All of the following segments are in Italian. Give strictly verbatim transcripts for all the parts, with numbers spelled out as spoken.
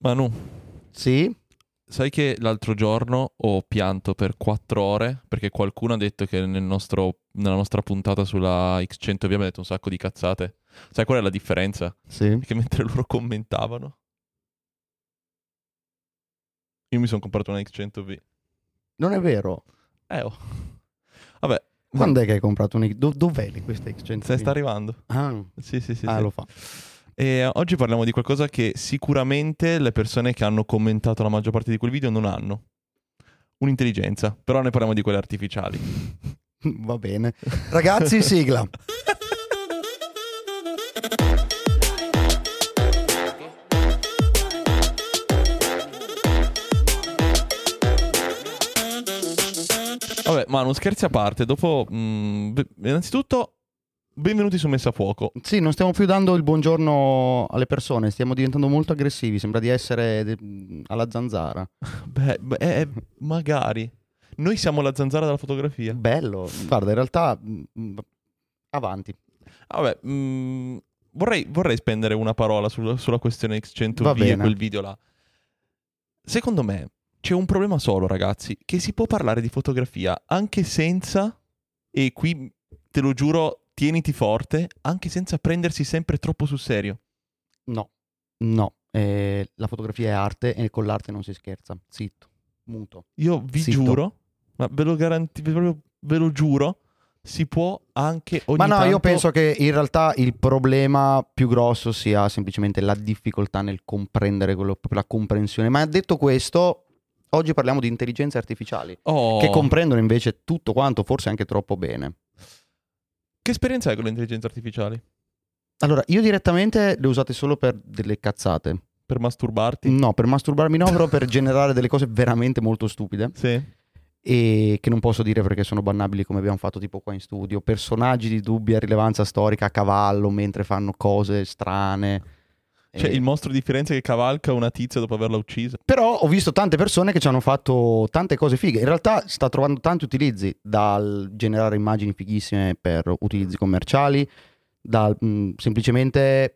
Manu, Sì? sai che l'altro giorno ho pianto per quattro ore perché qualcuno ha detto che nel nostro- nella nostra puntata sulla X cento V abbiamo detto un sacco di cazzate. Sai qual è la differenza? Sì. È che mentre loro commentavano, io mi sono comprato una X cento V. Non è vero. Eh oh. Vabbè, Quando è che hai comprato un... Do- dov'è lì questa X cento? se sta arrivando. Ah, Sì, sì, sì, ah, sì. lo fa. E oggi parliamo di qualcosa che sicuramente le persone che hanno commentato la maggior parte di quel video non hanno. Un'intelligenza, però ne parliamo di quelle artificiali. Va bene. Ragazzi, sigla. Vabbè, Manu, scherzi a parte, dopo... mh, be- innanzitutto, benvenuti su Messa a Fuoco. Sì, non stiamo più dando il buongiorno alle persone, stiamo diventando molto aggressivi, sembra di essere de- alla zanzara. Beh, beh, eh, magari. Noi siamo la zanzara della fotografia. Bello. Guarda, in realtà... mm, avanti. Vabbè, mh, vorrei, vorrei spendere una parola sul- sulla questione X cento Va V e bene. quel video là. Secondo me c'è un problema solo, ragazzi, che si può parlare di fotografia anche senza, e qui te lo giuro, tieniti forte, anche senza prendersi sempre troppo sul serio. No, no. Eh, la fotografia è arte e con l'arte non si scherza. Zitto, muto. Io vi Zitto. giuro, ma ve lo garantisco, proprio ve lo giuro, si può anche ogni Ma no, tanto... io penso che in realtà il problema più grosso sia semplicemente la difficoltà nel comprendere quello, proprio la comprensione. Ma detto questo, oggi parliamo di intelligenze artificiali, Oh, che comprendono invece tutto quanto, forse anche troppo bene. che esperienza hai con le intelligenze artificiali? Allora, io direttamente le ho usate solo per delle cazzate. Per masturbarti? No, per masturbarmi no, però per generare delle cose veramente molto stupide. Sì. E che non posso dire perché sono bannabili, come abbiamo fatto tipo qua in studio. Personaggi di dubbia rilevanza storica a cavallo mentre fanno cose strane. Cioè E- il mostro di Firenze che cavalca una tizia dopo averla uccisa. Però ho visto tante persone che ci hanno fatto tante cose fighe. In realtà sta trovando tanti utilizzi, dal generare immagini fighissime per utilizzi commerciali, dal mh, semplicemente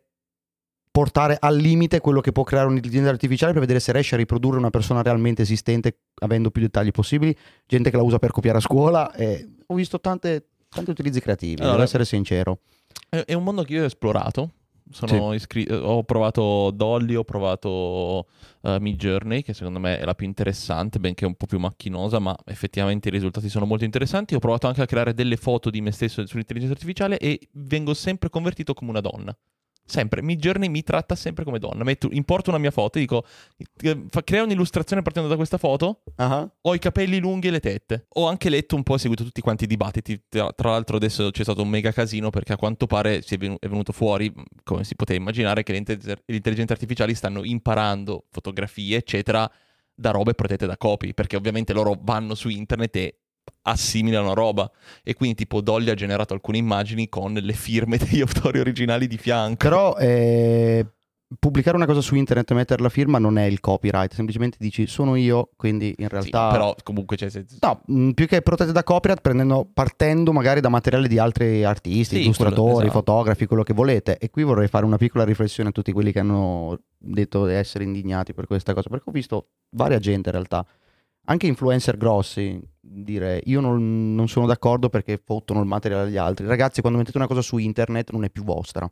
portare al limite quello che può creare un'intelligenza artificiale per vedere se riesce a riprodurre una persona realmente esistente avendo più dettagli possibili. Gente che la usa per copiare a scuola. E ho visto tante, tanti utilizzi creativi, Allora, devo essere sincero. È, è un mondo che io ho esplorato. Sono iscri- ho provato Dolly, ho provato uh, Midjourney, che secondo me è la più interessante, benché un po' più macchinosa, ma effettivamente i risultati sono molto interessanti. Ho provato anche a creare delle foto di me stesso sull'intelligenza artificiale e vengo sempre convertito come una donna. Sempre, Midjourney mi tratta sempre come donna. Metto, importo una mia foto e dico, eh, fa- crea un'illustrazione partendo da questa foto. Ah, Ho i capelli lunghi e le tette. Ho anche letto un po', ho seguito tutti quanti i dibattiti. Tra, tra l'altro adesso c'è stato un mega casino perché a quanto pare si è, venu- è venuto fuori, come si poteva immaginare, che le, inte- le intelligenze artificiali stanno imparando fotografie, eccetera, da robe protette da copy. Perché ovviamente loro vanno su internet e assimilano roba. E quindi tipo Dolly ha generato alcune immagini con le firme degli autori originali di fianco. Però eh, pubblicare una cosa su internet e mettere la firma non è il copyright, semplicemente dici sono io, quindi in Sì, realtà... però comunque c'è... se- No, mh, più che protette da copyright, prendendo, partendo magari da materiale di altri artisti, Sì, illustratori, quello- esatto. fotografi, quello che volete. E qui vorrei fare una piccola riflessione a tutti quelli che hanno detto di essere indignati per questa cosa, perché ho visto varia gente in realtà, anche influencer grossi, dire io non, non sono d'accordo perché fottono il materiale degli altri. Ragazzi, quando mettete una cosa su internet non è più vostra.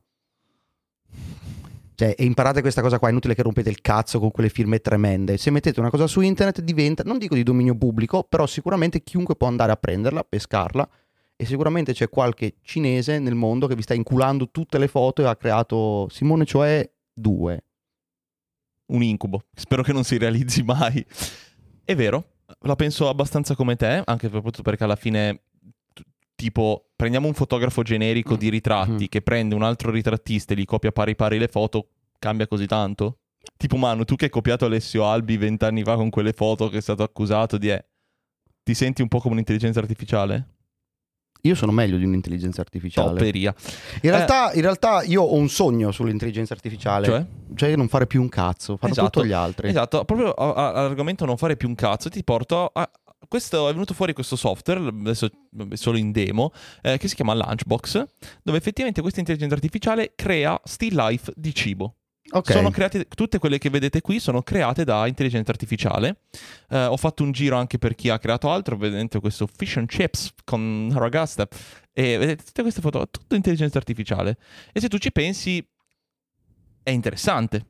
Cioè, e imparate questa cosa qua, è inutile che rompete il cazzo con quelle firme tremende. Se mettete una cosa su internet diventa, non dico di dominio pubblico, però sicuramente chiunque può andare a prenderla, pescarla, e sicuramente c'è qualche cinese nel mondo che vi sta inculando tutte le foto e ha creato Simone Cioè due. Un incubo. Spero che non si realizzi mai. È vero, la penso abbastanza come te, anche soprattutto perché alla fine, t- tipo, prendiamo un fotografo generico di ritratti Mm. che prende un altro ritrattista e gli copia pari pari le foto, cambia così tanto? Tipo, Manu, tu che hai copiato Alessio Albi vent'anni fa con quelle foto che è stato accusato di... Eh, ti senti un po' come un'intelligenza artificiale? Io sono meglio di un'intelligenza artificiale. Topperia. In realtà, in realtà io ho un sogno sull'intelligenza artificiale. Cioè? Cioè non fare più un cazzo, farlo Esatto. tutto gli altri. Esatto, proprio a- a- all'argomento non fare più un cazzo, ti porto a... Questo è venuto fuori questo software, adesso è solo in demo, eh, che si chiama Lunchbox, dove effettivamente questa intelligenza artificiale crea still life di cibo. Ok. Sono create, tutte quelle che vedete qui sono create da intelligenza artificiale. Eh, ho fatto un giro anche per chi ha creato altro, vedete questo Fish and Chips con Ragasta, e vedete tutte queste foto, tutto intelligenza artificiale. E se tu ci pensi, è interessante.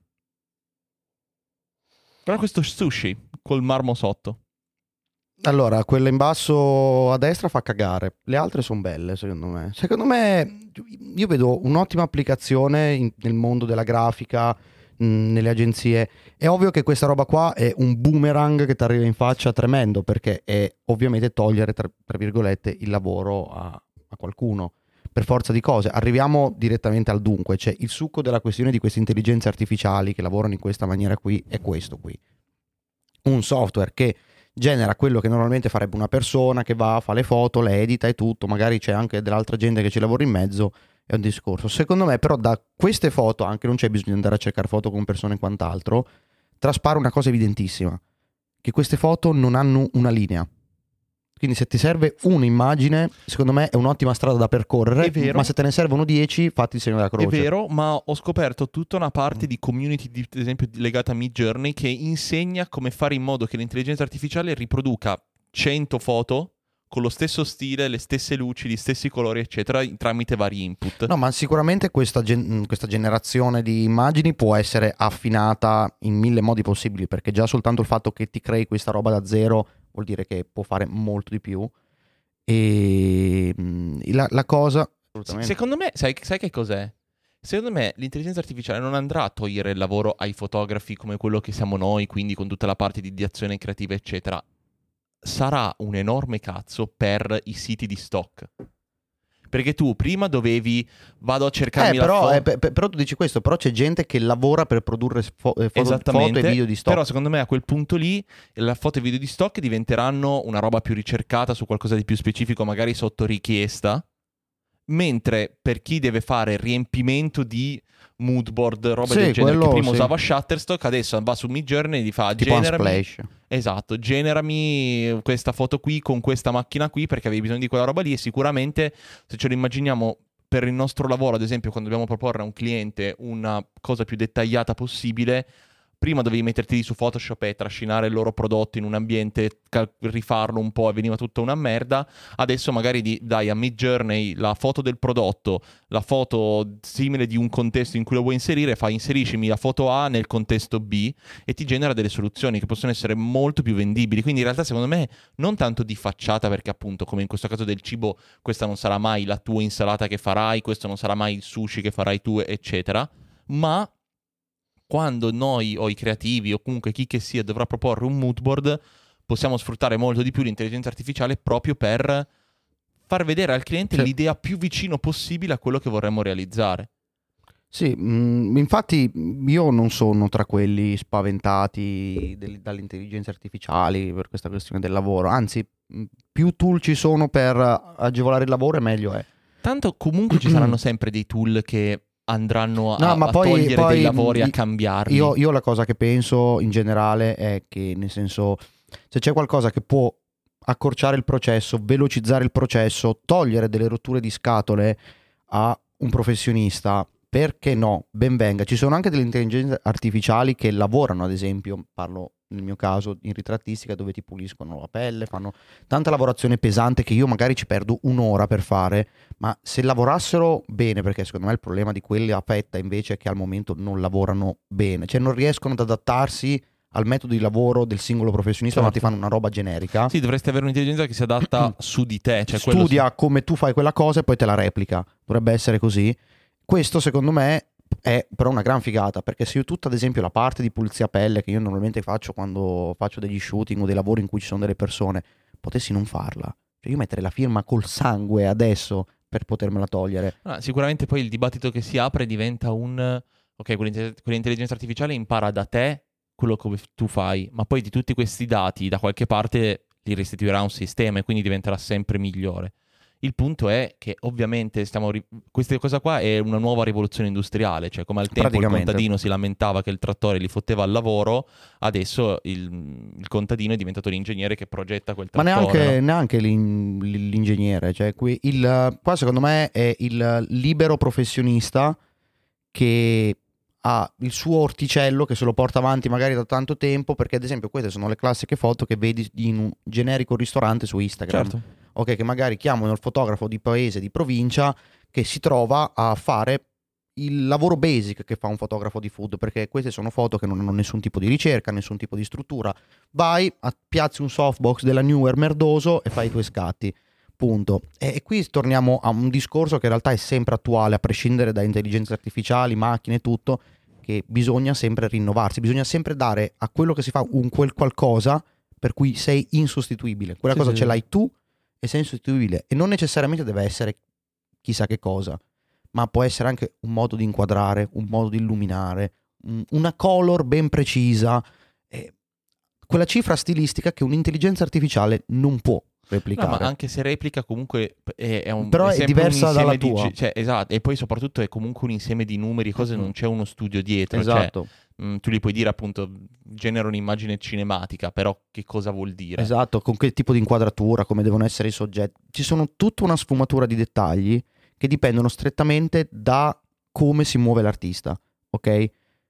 Però questo sushi col marmo sotto. Allora, quella in basso a destra fa cagare, le altre sono belle secondo me. Secondo me io vedo un'ottima applicazione in- nel mondo della grafica, mh, nelle agenzie. È ovvio che questa roba qua è un boomerang che ti arriva in faccia tremendo, perché è ovviamente togliere, tra, tra virgolette, il lavoro a, a qualcuno. Per forza di cose, arriviamo direttamente al dunque, cioè il succo della questione di queste intelligenze artificiali che lavorano in questa maniera qui è questo qui. Un software che genera quello che normalmente farebbe una persona, che va, fa le foto, le edita e tutto, magari c'è anche dell'altra gente che ci lavora in mezzo, è un discorso. Secondo me però da queste foto, anche non c'è bisogno di andare a cercare foto con persone e quant'altro, traspare una cosa evidentissima, che queste foto non hanno una linea. Quindi se ti serve un'immagine, secondo me è un'ottima strada da percorrere, È vero. ma se te ne servono dieci, fatti il segno della croce. È vero, ma ho scoperto tutta una parte di community, di, ad esempio legata a Midjourney, che insegna come fare in modo che l'intelligenza artificiale riproduca cento foto con lo stesso stile, le stesse luci, gli stessi colori, eccetera, tramite vari input. No, ma sicuramente questa, gen- questa generazione di immagini può essere affinata in mille modi possibili, perché già soltanto il fatto che ti crei questa roba da zero vuol dire che può fare molto di più. E mh, la, la cosa... Secondo me, sai, sai che cos'è? Secondo me l'intelligenza artificiale non andrà a togliere il lavoro ai fotografi come quello che siamo noi, quindi con tutta la parte di ideazione creativa, eccetera. Sarà un enorme cazzo per i siti di stock. Perché tu prima dovevi, vado a cercarmi eh, la però, foto... eh, pe- pe- però tu dici questo, però c'è gente che lavora per produrre fo- eh, foto, foto e video di stock. Però secondo me a quel punto lì la foto e video di stock diventeranno una roba più ricercata su qualcosa di più specifico, magari sotto richiesta. Mentre per chi deve fare riempimento di moodboard, roba Sì, del genere, che quello prima sì. usava Shutterstock, adesso va su Midjourney e gli fa Tipo generami, Unsplash. esatto, generami questa foto qui con questa macchina qui perché avevi bisogno di quella roba lì. E sicuramente se ce lo immaginiamo per il nostro lavoro, ad esempio quando dobbiamo proporre a un cliente una cosa più dettagliata possibile, prima dovevi metterti lì su Photoshop e trascinare il loro prodotto in un ambiente, cal- rifarlo un po' e veniva tutta una merda. Adesso magari di- dai a Midjourney la foto del prodotto, la foto simile di un contesto in cui lo vuoi inserire, fai inseriscimi la foto A nel contesto B e ti genera delle soluzioni che possono essere molto più vendibili. Quindi in realtà secondo me non tanto di facciata, perché appunto come in questo caso del cibo, questa non sarà mai la tua insalata che farai, questo non sarà mai il sushi che farai tu, eccetera, ma quando noi o i creativi o comunque chi che sia dovrà proporre un moodboard, possiamo sfruttare molto di più l'intelligenza artificiale proprio per far vedere al cliente Sì. l'idea più vicino possibile a quello che vorremmo realizzare. Sì, mh, infatti io non sono tra quelli spaventati del- dalle intelligenze artificiali per questa questione del lavoro, anzi mh, più tool ci sono per agevolare il lavoro e meglio è. Tanto comunque ci saranno sempre dei tool che andranno a, No, ma a poi- togliere poi, dei lavori, a i- cambiarli. Io, io la cosa che penso in generale è che, nel senso, se c'è qualcosa che può accorciare il processo, velocizzare il processo, togliere delle rotture di scatole a un professionista, perché no? Ben venga. Ci sono anche delle intelligenze artificiali che lavorano, ad esempio, parlo nel mio caso in ritrattistica, dove ti puliscono la pelle, fanno tanta lavorazione pesante che io magari ci perdo un'ora per fare, ma se lavorassero bene, perché secondo me il problema di quelli a fetta invece è che al momento non lavorano bene, cioè non riescono ad adattarsi al metodo di lavoro del singolo professionista, ma ti Certo. fanno una roba generica. Sì, dovresti avere un'intelligenza che si adatta su di te. Cioè quello Studia sì. come tu fai quella cosa e poi te la replica. Dovrebbe essere così. Questo secondo me è però una gran figata, perché se io tutta ad esempio la parte di pulizia pelle che io normalmente faccio quando faccio degli shooting o dei lavori in cui ci sono delle persone, potessi non farla, cioè io mettere la firma col sangue adesso per potermela togliere. Ah, sicuramente poi il dibattito che si apre diventa un... Ok, quell'intelli- quell'intelligenza artificiale impara da te quello che tu fai, ma poi di tutti questi dati da qualche parte li restituirà un sistema e quindi diventerà sempre migliore. Il punto è che ovviamente stiamo ri- questa cosa qua è una nuova rivoluzione industriale, cioè come al tempo il Praticamente. contadino si lamentava che il trattore gli fotteva al lavoro, adesso il, il contadino è diventato l'ingegnere che progetta quel Ma trattore. neanche, no? neanche l'in- l'ingegnere, cioè qui il, qua secondo me è il libero professionista che ha il suo orticello che se lo porta avanti magari da tanto tempo, perché ad esempio queste sono le classiche foto che vedi in un generico ristorante su Instagram. Certo. Ok, che magari chiamano il fotografo di paese, di provincia, che si trova a fare il lavoro basic che fa un fotografo di food, perché queste sono foto che non hanno nessun tipo di ricerca, nessun tipo di struttura. Vai, a- piazzi un softbox della Newer merdoso e fai i tuoi scatti. Punto. E, e qui torniamo a un discorso che in realtà è sempre attuale, a prescindere da intelligenze artificiali, macchine e tutto, che bisogna sempre rinnovarsi, bisogna sempre dare a quello che si fa un quel qualcosa per cui sei insostituibile. Quella Sì, cosa sì, ce sì. l'hai tu e sei insostituibile. E non necessariamente deve essere chissà che cosa, ma può essere anche un modo di inquadrare, un modo di illuminare, un- una color ben precisa, eh, quella cifra stilistica che un'intelligenza artificiale non può No, ma replicare. anche se replica comunque è, è un, Però è è sempre un diversa insieme dalla di... tua. ge- Cioè, esatto, e poi soprattutto è comunque un insieme di numeri, cose, Mm-mm. non c'è uno studio dietro. Esatto, Cioè, mh, tu gli puoi dire appunto, genera un'immagine cinematica, però che cosa vuol dire? esatto, con che tipo di inquadratura, come devono essere i soggetti. Ci sono tutta una sfumatura di dettagli che dipendono strettamente da come si muove l'artista, ok?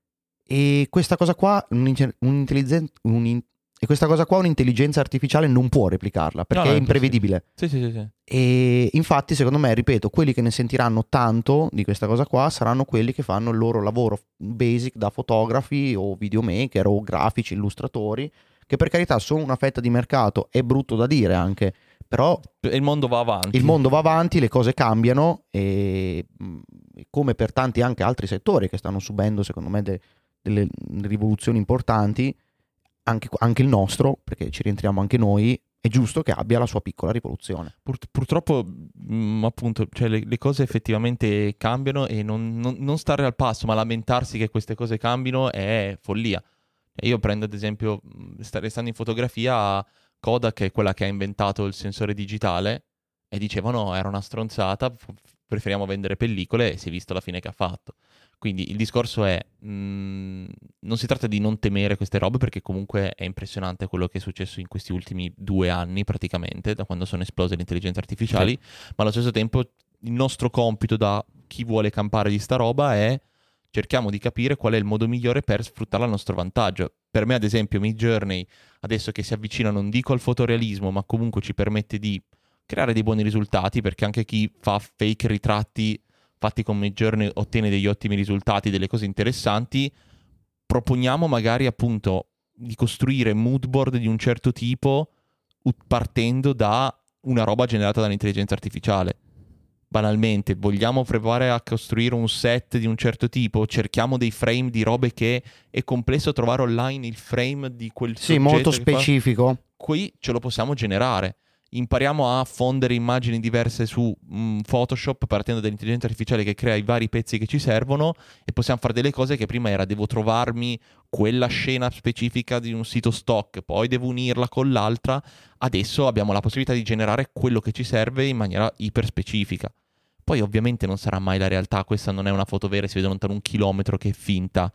E questa cosa qua, un'inge- un'intelligen- un'in- e questa cosa qua un'intelligenza artificiale non può replicarla No, perché no, è è impossibile. imprevedibile. Sì, sì, sì, sì. E infatti, secondo me, ripeto, quelli che ne sentiranno tanto di questa cosa qua saranno quelli che fanno il loro lavoro basic da fotografi o videomaker o grafici, illustratori, che per carità sono una fetta di mercato, è brutto da dire anche, però E il mondo va avanti. il mondo va avanti, le cose cambiano e mh, come per tanti anche altri settori che stanno subendo, secondo me, de- delle rivoluzioni importanti, anche, anche il nostro, perché ci rientriamo anche noi, è giusto che abbia la sua piccola rivoluzione. Pur- purtroppo, mh, appunto, cioè, le, le cose effettivamente cambiano e non, non- non stare al passo, ma lamentarsi che queste cose cambino è follia. E io prendo ad esempio, mh, sta- restando in fotografia, Kodak è quella che ha inventato il sensore digitale e dicevano era una stronzata, f- preferiamo vendere pellicole e si è visto la fine che ha fatto. Quindi il discorso è, mh, non si tratta di non temere queste robe perché comunque è impressionante quello che è successo in questi ultimi due anni praticamente, da quando sono esplose le intelligenze artificiali, ma allo stesso tempo il nostro compito da chi vuole campare di sta roba è cerchiamo di capire qual è il modo migliore per sfruttarla a nostro vantaggio. Per me ad esempio Midjourney, adesso che si avvicina non dico al fotorealismo, ma comunque ci permette di creare dei buoni risultati perché anche chi fa fake ritratti fatti con Midjourney ottiene degli ottimi risultati, delle cose interessanti. Proponiamo magari appunto di costruire mood board di un certo tipo ut- partendo da una roba generata dall'intelligenza artificiale. Banalmente, vogliamo provare a costruire un set di un certo tipo? Cerchiamo dei frame di robe che è complesso trovare online il frame di quel Sì, soggetto molto che fa. specifico. Qui ce lo possiamo generare. Impariamo a fondere immagini diverse su mm, Photoshop partendo dall'intelligenza artificiale che crea i vari pezzi che ci servono e possiamo fare delle cose che prima era devo trovarmi quella scena specifica di un sito stock, poi devo unirla con l'altra. Adesso abbiamo la possibilità di generare quello che ci serve in maniera iper specifica. Poi ovviamente non sarà mai la realtà, questa non è una foto vera, si vede lontano un chilometro che è finta,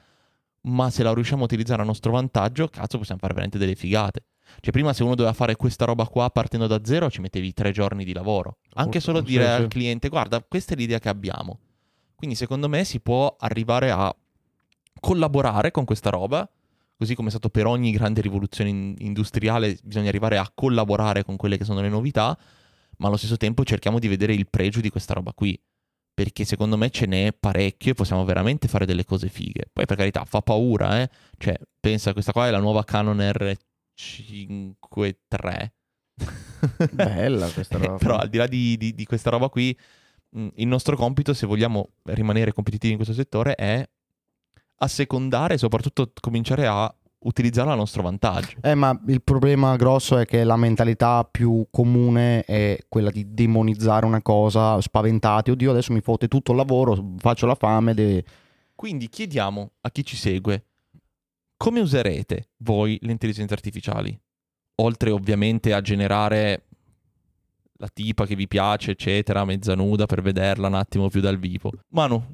ma se la riusciamo a utilizzare a nostro vantaggio, cazzo, possiamo fare veramente delle figate. Cioè, prima se uno doveva fare questa roba qua partendo da zero, ci mettevi tre giorni di lavoro. Anche solo Sì, dire sì. al cliente, guarda, questa è l'idea che abbiamo. Quindi secondo me si può arrivare a collaborare con questa roba, così come è stato per ogni grande rivoluzione in- industriale, bisogna arrivare a collaborare con quelle che sono le novità, ma allo stesso tempo cerchiamo di vedere il pregio di questa roba qui. Perché secondo me ce n'è parecchio e possiamo veramente fare delle cose fighe. Poi per carità, fa paura, eh. Cioè, pensa, questa qua è la nuova Canon R cinque tre. Bella questa Eh, roba. Però al di là di, di- di questa roba qui, mh, il nostro compito, se vogliamo rimanere competitivi in questo settore, è assecondare e soprattutto cominciare a utilizzarla a nostro vantaggio. Eh, ma il problema grosso è che la mentalità più comune è quella di demonizzare una cosa, spaventati. Oddio, adesso mi fotte tutto il lavoro, faccio la fame. de- Quindi chiediamo a chi ci segue, come userete voi le intelligenze artificiali? Oltre ovviamente a generare la tipa che vi piace, eccetera, mezza nuda per vederla un attimo più dal vivo. Manu,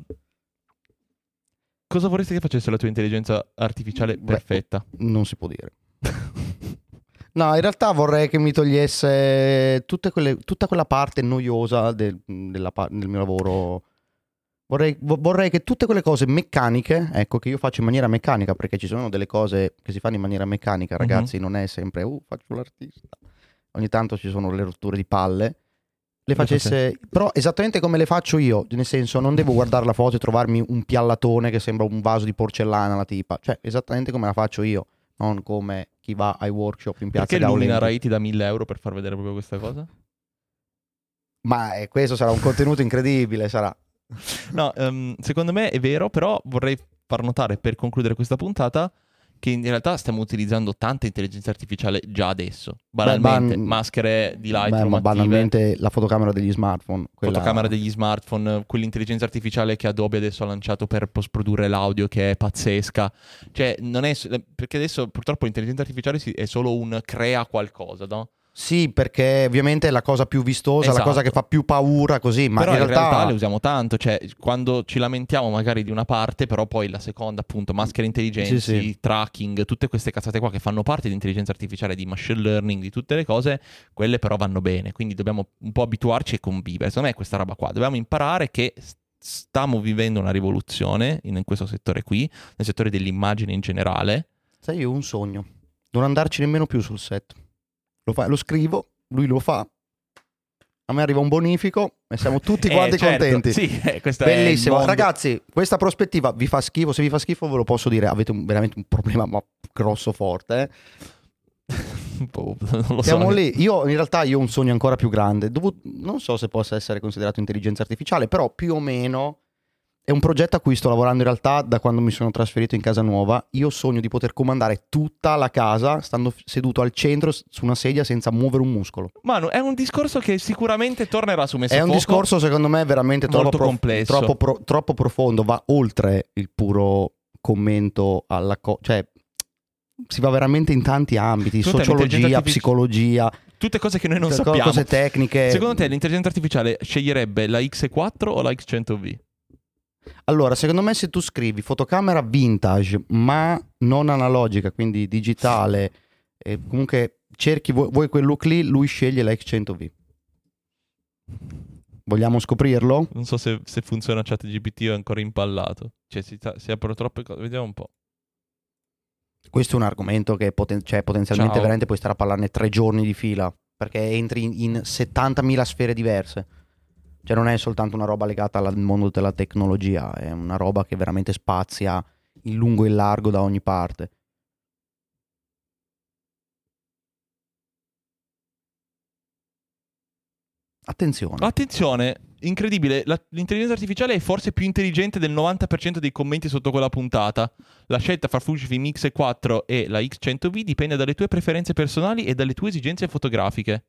cosa vorresti che facesse la tua intelligenza artificiale Beh, perfetta? non si può dire. No, in realtà vorrei che mi togliesse tutte quelle- tutta quella parte noiosa del, della pa- del mio lavoro Vorrei, vo- vorrei che tutte quelle cose meccaniche, ecco, che io faccio in maniera meccanica, perché ci sono delle cose che si fanno in maniera meccanica, Mhm. ragazzi, non è sempre, uh, faccio l'artista. Ogni tanto ci sono le rotture di palle. Le facesse, però esattamente come le faccio io, nel senso non devo guardare la foto e trovarmi un piallatone che sembra un vaso di porcellana la tipa, cioè esattamente come la faccio io, non come chi va ai workshop in piazza Perché Lumina Gaulenti. Rai ti dà mille euro per far vedere proprio questa cosa? Ma eh, questo sarà un contenuto incredibile, sarà. No, ehm, secondo me è vero, però vorrei far notare per concludere questa puntata che in realtà stiamo utilizzando tanta intelligenza artificiale già adesso. Beh, Banalmente, ban- maschere di beh, Lightroom ma attive, banalmente la fotocamera degli smartphone, fotocamera quella... degli smartphone, quell'intelligenza artificiale che Adobe adesso ha lanciato per post-produrre l'audio che è pazzesca. Cioè, non è... perché adesso purtroppo l'intelligenza artificiale si- è solo un crea qualcosa, no? Sì, perché ovviamente è la cosa più vistosa, la cosa che Esatto. fa più paura, così, ma Però in in realtà le realtà... usiamo tanto, cioè quando ci lamentiamo magari di una parte, però poi la seconda, appunto, maschere Sì, intelligenti, sì. tracking, tutte queste cazzate qua che fanno parte di intelligenza artificiale, di machine learning, di tutte le cose, quelle però vanno bene, quindi dobbiamo un po' abituarci e convivere. Secondo me è questa roba qua, dobbiamo imparare che s- stiamo vivendo una rivoluzione in in questo settore qui, nel settore dell'immagine in generale. Sai, io ho un sogno, non andarci nemmeno più sul set. Lo, fa- lo scrivo, lui lo fa, a me arriva un bonifico e siamo tutti Eh, quanti certo, contenti. sì, eh, questo è il Bellissimo. mondo. Ragazzi, questa prospettiva vi fa schifo, se vi fa schifo ve lo posso dire, avete un- veramente un problema ma grosso forte. Eh? Boh, non lo Siamo so. lì. Io in realtà io ho un sogno ancora più grande. Dovu- non so se possa essere considerato intelligenza artificiale, però più o meno è un progetto a cui sto lavorando in realtà da quando mi sono trasferito in casa nuova. Io sogno di poter comandare tutta la casa stando f- seduto al centro s- su una sedia senza muovere un muscolo. Manu, è un discorso che sicuramente tornerà su Messo È un Fuoco. discorso secondo me veramente troppo, molto prof- complesso. troppo, pro- troppo profondo, va oltre il puro commento alla cosa, cioè si va veramente in tanti ambiti, Secondo te l'intelligenza sociologia, artifici- psicologia, Tutte cose che noi non co- sappiamo. cose tecniche. Secondo te l'intelligenza artificiale sceglierebbe la X quattro o la X cento V? Allora, secondo me se tu scrivi fotocamera vintage, ma non analogica, quindi digitale, e comunque cerchi vuoi, vuoi quel look lì, lui sceglie la X cento V. Vogliamo scoprirlo? Non so se, se funziona ChatGPT o è ancora impallato. Cioè si, ta- si aprono troppe cose. Vediamo un po'. Questo è un argomento che poten- cioè, potenzialmente Ciao. veramente puoi stare a parlarne tre giorni di fila, perché entri in, in settantamila sfere diverse. Cioè non è soltanto una roba legata al mondo della tecnologia, è una roba che veramente spazia in lungo e in largo da ogni parte. Attenzione. Attenzione, incredibile, la- l'intelligenza artificiale è forse più intelligente del novanta per cento dei commenti sotto quella puntata. La scelta fra Fujifilm X quattro e la X cento V dipende dalle tue preferenze personali e dalle tue esigenze fotografiche.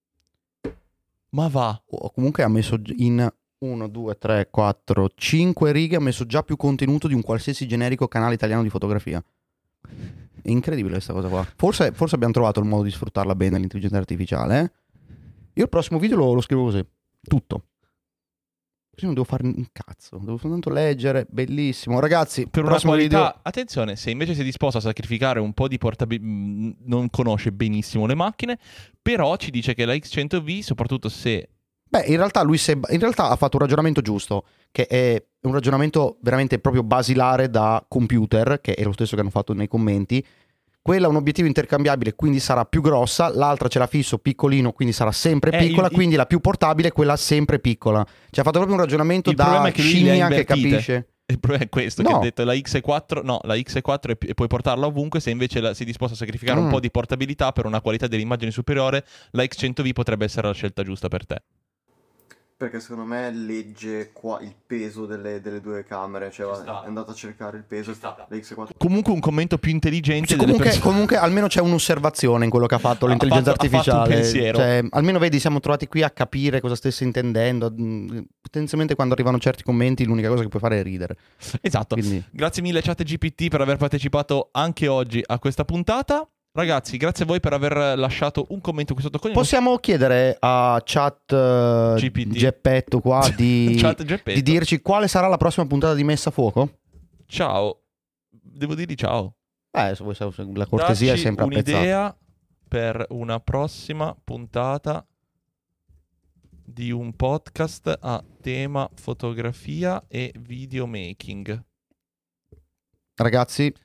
Ma va. O comunque ha messo in uno, due, tre, quattro, cinque righe, ha messo già più contenuto di un qualsiasi generico canale italiano di fotografia. È incredibile questa cosa qua. Forse, forse abbiamo trovato il modo di sfruttarla bene l'intelligenza artificiale. Eh? Io il prossimo video lo, lo scrivo così. Tutto. Così non devo fare un cazzo. Devo soltanto leggere. Bellissimo. Ragazzi, Per una prossimo qualità, video. attenzione, se invece sei disposto a sacrificare un po' di portabilità, non conosce benissimo le macchine, però ci dice che la X cento V, soprattutto se... Beh, in realtà lui se- in realtà ha fatto un ragionamento giusto, che è un ragionamento veramente proprio basilare da computer, che è lo stesso che hanno fatto nei commenti. Quella ha un obiettivo intercambiabile, quindi sarà più grossa, l'altra ce l'ha fisso piccolino, quindi sarà sempre Eh, piccola, il- il- quindi la più portabile è quella sempre piccola. Cioè ha fatto proprio un ragionamento Il problema da è che lui le ha scimmia che invertite. capisce. Il problema è questo, che No. ha detto la X quattro, no, la X quattro e, pi- e puoi portarla ovunque, se invece la- sei disposto a sacrificare un Mm. po' di portabilità per una qualità dell'immagine superiore, la X cento V potrebbe essere la scelta giusta per te. Perché secondo me legge qua il peso delle, delle due camere, cioè Ci va- sta. è andato a cercare il peso, Ci sta. la X quattro. Comunque un commento più intelligente Cioè, delle comunque, persone. comunque almeno c'è un'osservazione in quello che ha fatto Ha l'intelligenza fatto- ha fatto un artificiale. pensiero. Cioè, almeno vedi, siamo trovati qui a capire cosa stesse intendendo. Mm, Potenzialmente quando arrivano certi commenti l'unica cosa che puoi fare è ridere. Esatto. Quindi... Grazie mille ChatGPT per aver partecipato anche oggi a questa puntata. Ragazzi, grazie a voi per aver lasciato un commento qui sotto. Con Possiamo chiedere a chat eh, G P T. Geppetto qua di, Chat Geppetto. di dirci quale sarà la prossima puntata di Messa a Fuoco? Ciao. Devo dirgli ciao. Eh, se vuoi, se- la cortesia Dacci è sempre apprezzata. un'idea per una prossima puntata di un podcast a tema fotografia e videomaking. Ragazzi,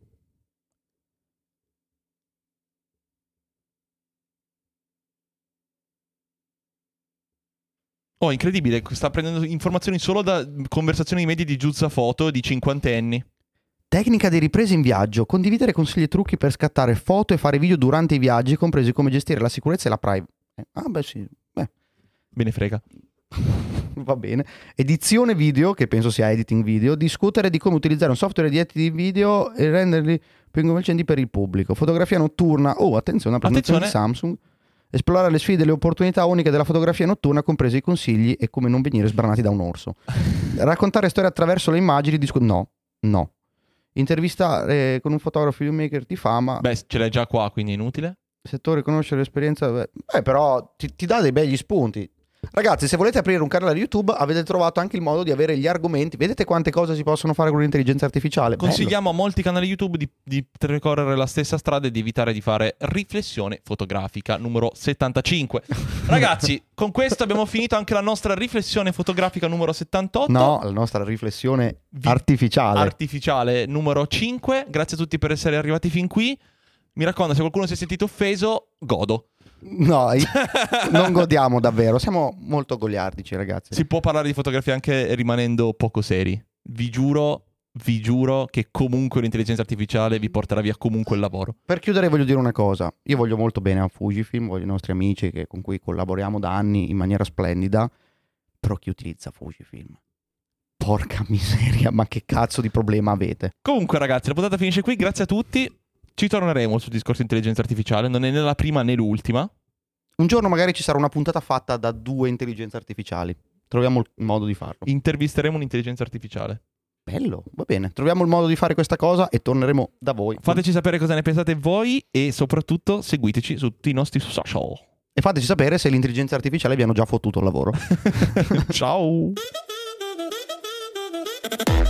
oh, incredibile, sta prendendo informazioni solo da conversazioni medie di Giuzza Foto di cinquantenni. tecnica di riprese in viaggio. Condividere consigli e trucchi per scattare foto e fare video durante i viaggi, compresi come gestire la sicurezza e la privacy. Ah, beh, sì. Beh. Bene frega. Va bene. Edizione video, che penso sia editing video. Discutere di come utilizzare un software di editing video e renderli più convincenti per il pubblico. Fotografia notturna. Oh, attenzione, una presentazione di Samsung. Esplorare le sfide e le opportunità uniche della fotografia notturna, compresi i consigli e come non venire sbranati da un orso. Raccontare storie attraverso le immagini. Discu- no, no. Intervistare con un fotografo filmmaker di fama. Beh, ce l'hai già qua, quindi è inutile. Settore, conoscere l'esperienza. Beh, beh però ti, ti dà dei begli spunti. Ragazzi, se volete aprire un canale YouTube, avete trovato anche il modo di avere gli argomenti. Vedete quante cose si possono fare con l'intelligenza artificiale? Consigliamo Bello. a molti canali YouTube di, di percorrere la stessa strada e di evitare di fare riflessione fotografica numero settantacinque. Ragazzi, con questo abbiamo finito anche la nostra riflessione fotografica numero settantotto. No, la nostra riflessione Vi- artificiale. Artificiale numero cinque. Grazie a tutti per essere arrivati fin qui. Mi raccomando, se qualcuno si è sentito offeso, godo. No, non godiamo davvero, siamo molto goliardici, ragazzi. Si può parlare di fotografia anche rimanendo poco seri. Vi giuro, vi giuro che comunque l'intelligenza artificiale vi porterà via comunque il lavoro. Per chiudere voglio dire una cosa. Io voglio molto bene a Fujifilm, voglio i nostri amici che, con cui collaboriamo da anni in maniera splendida. Però chi utilizza Fujifilm? Porca miseria, ma che cazzo di problema avete? Comunque ragazzi, la puntata finisce qui, grazie a tutti. Ci torneremo sul discorso di intelligenza artificiale, non è né la prima né l'ultima. Un giorno magari ci sarà una puntata fatta da due intelligenze artificiali. Troviamo il modo di farlo. Intervisteremo un'intelligenza artificiale. Bello, va bene. Troviamo il modo di fare questa cosa e torneremo da voi. Fateci sapere cosa ne pensate voi e soprattutto seguiteci su tutti i nostri social. E fateci sapere se l'intelligenza artificiale vi hanno già fottuto il lavoro. Ciao!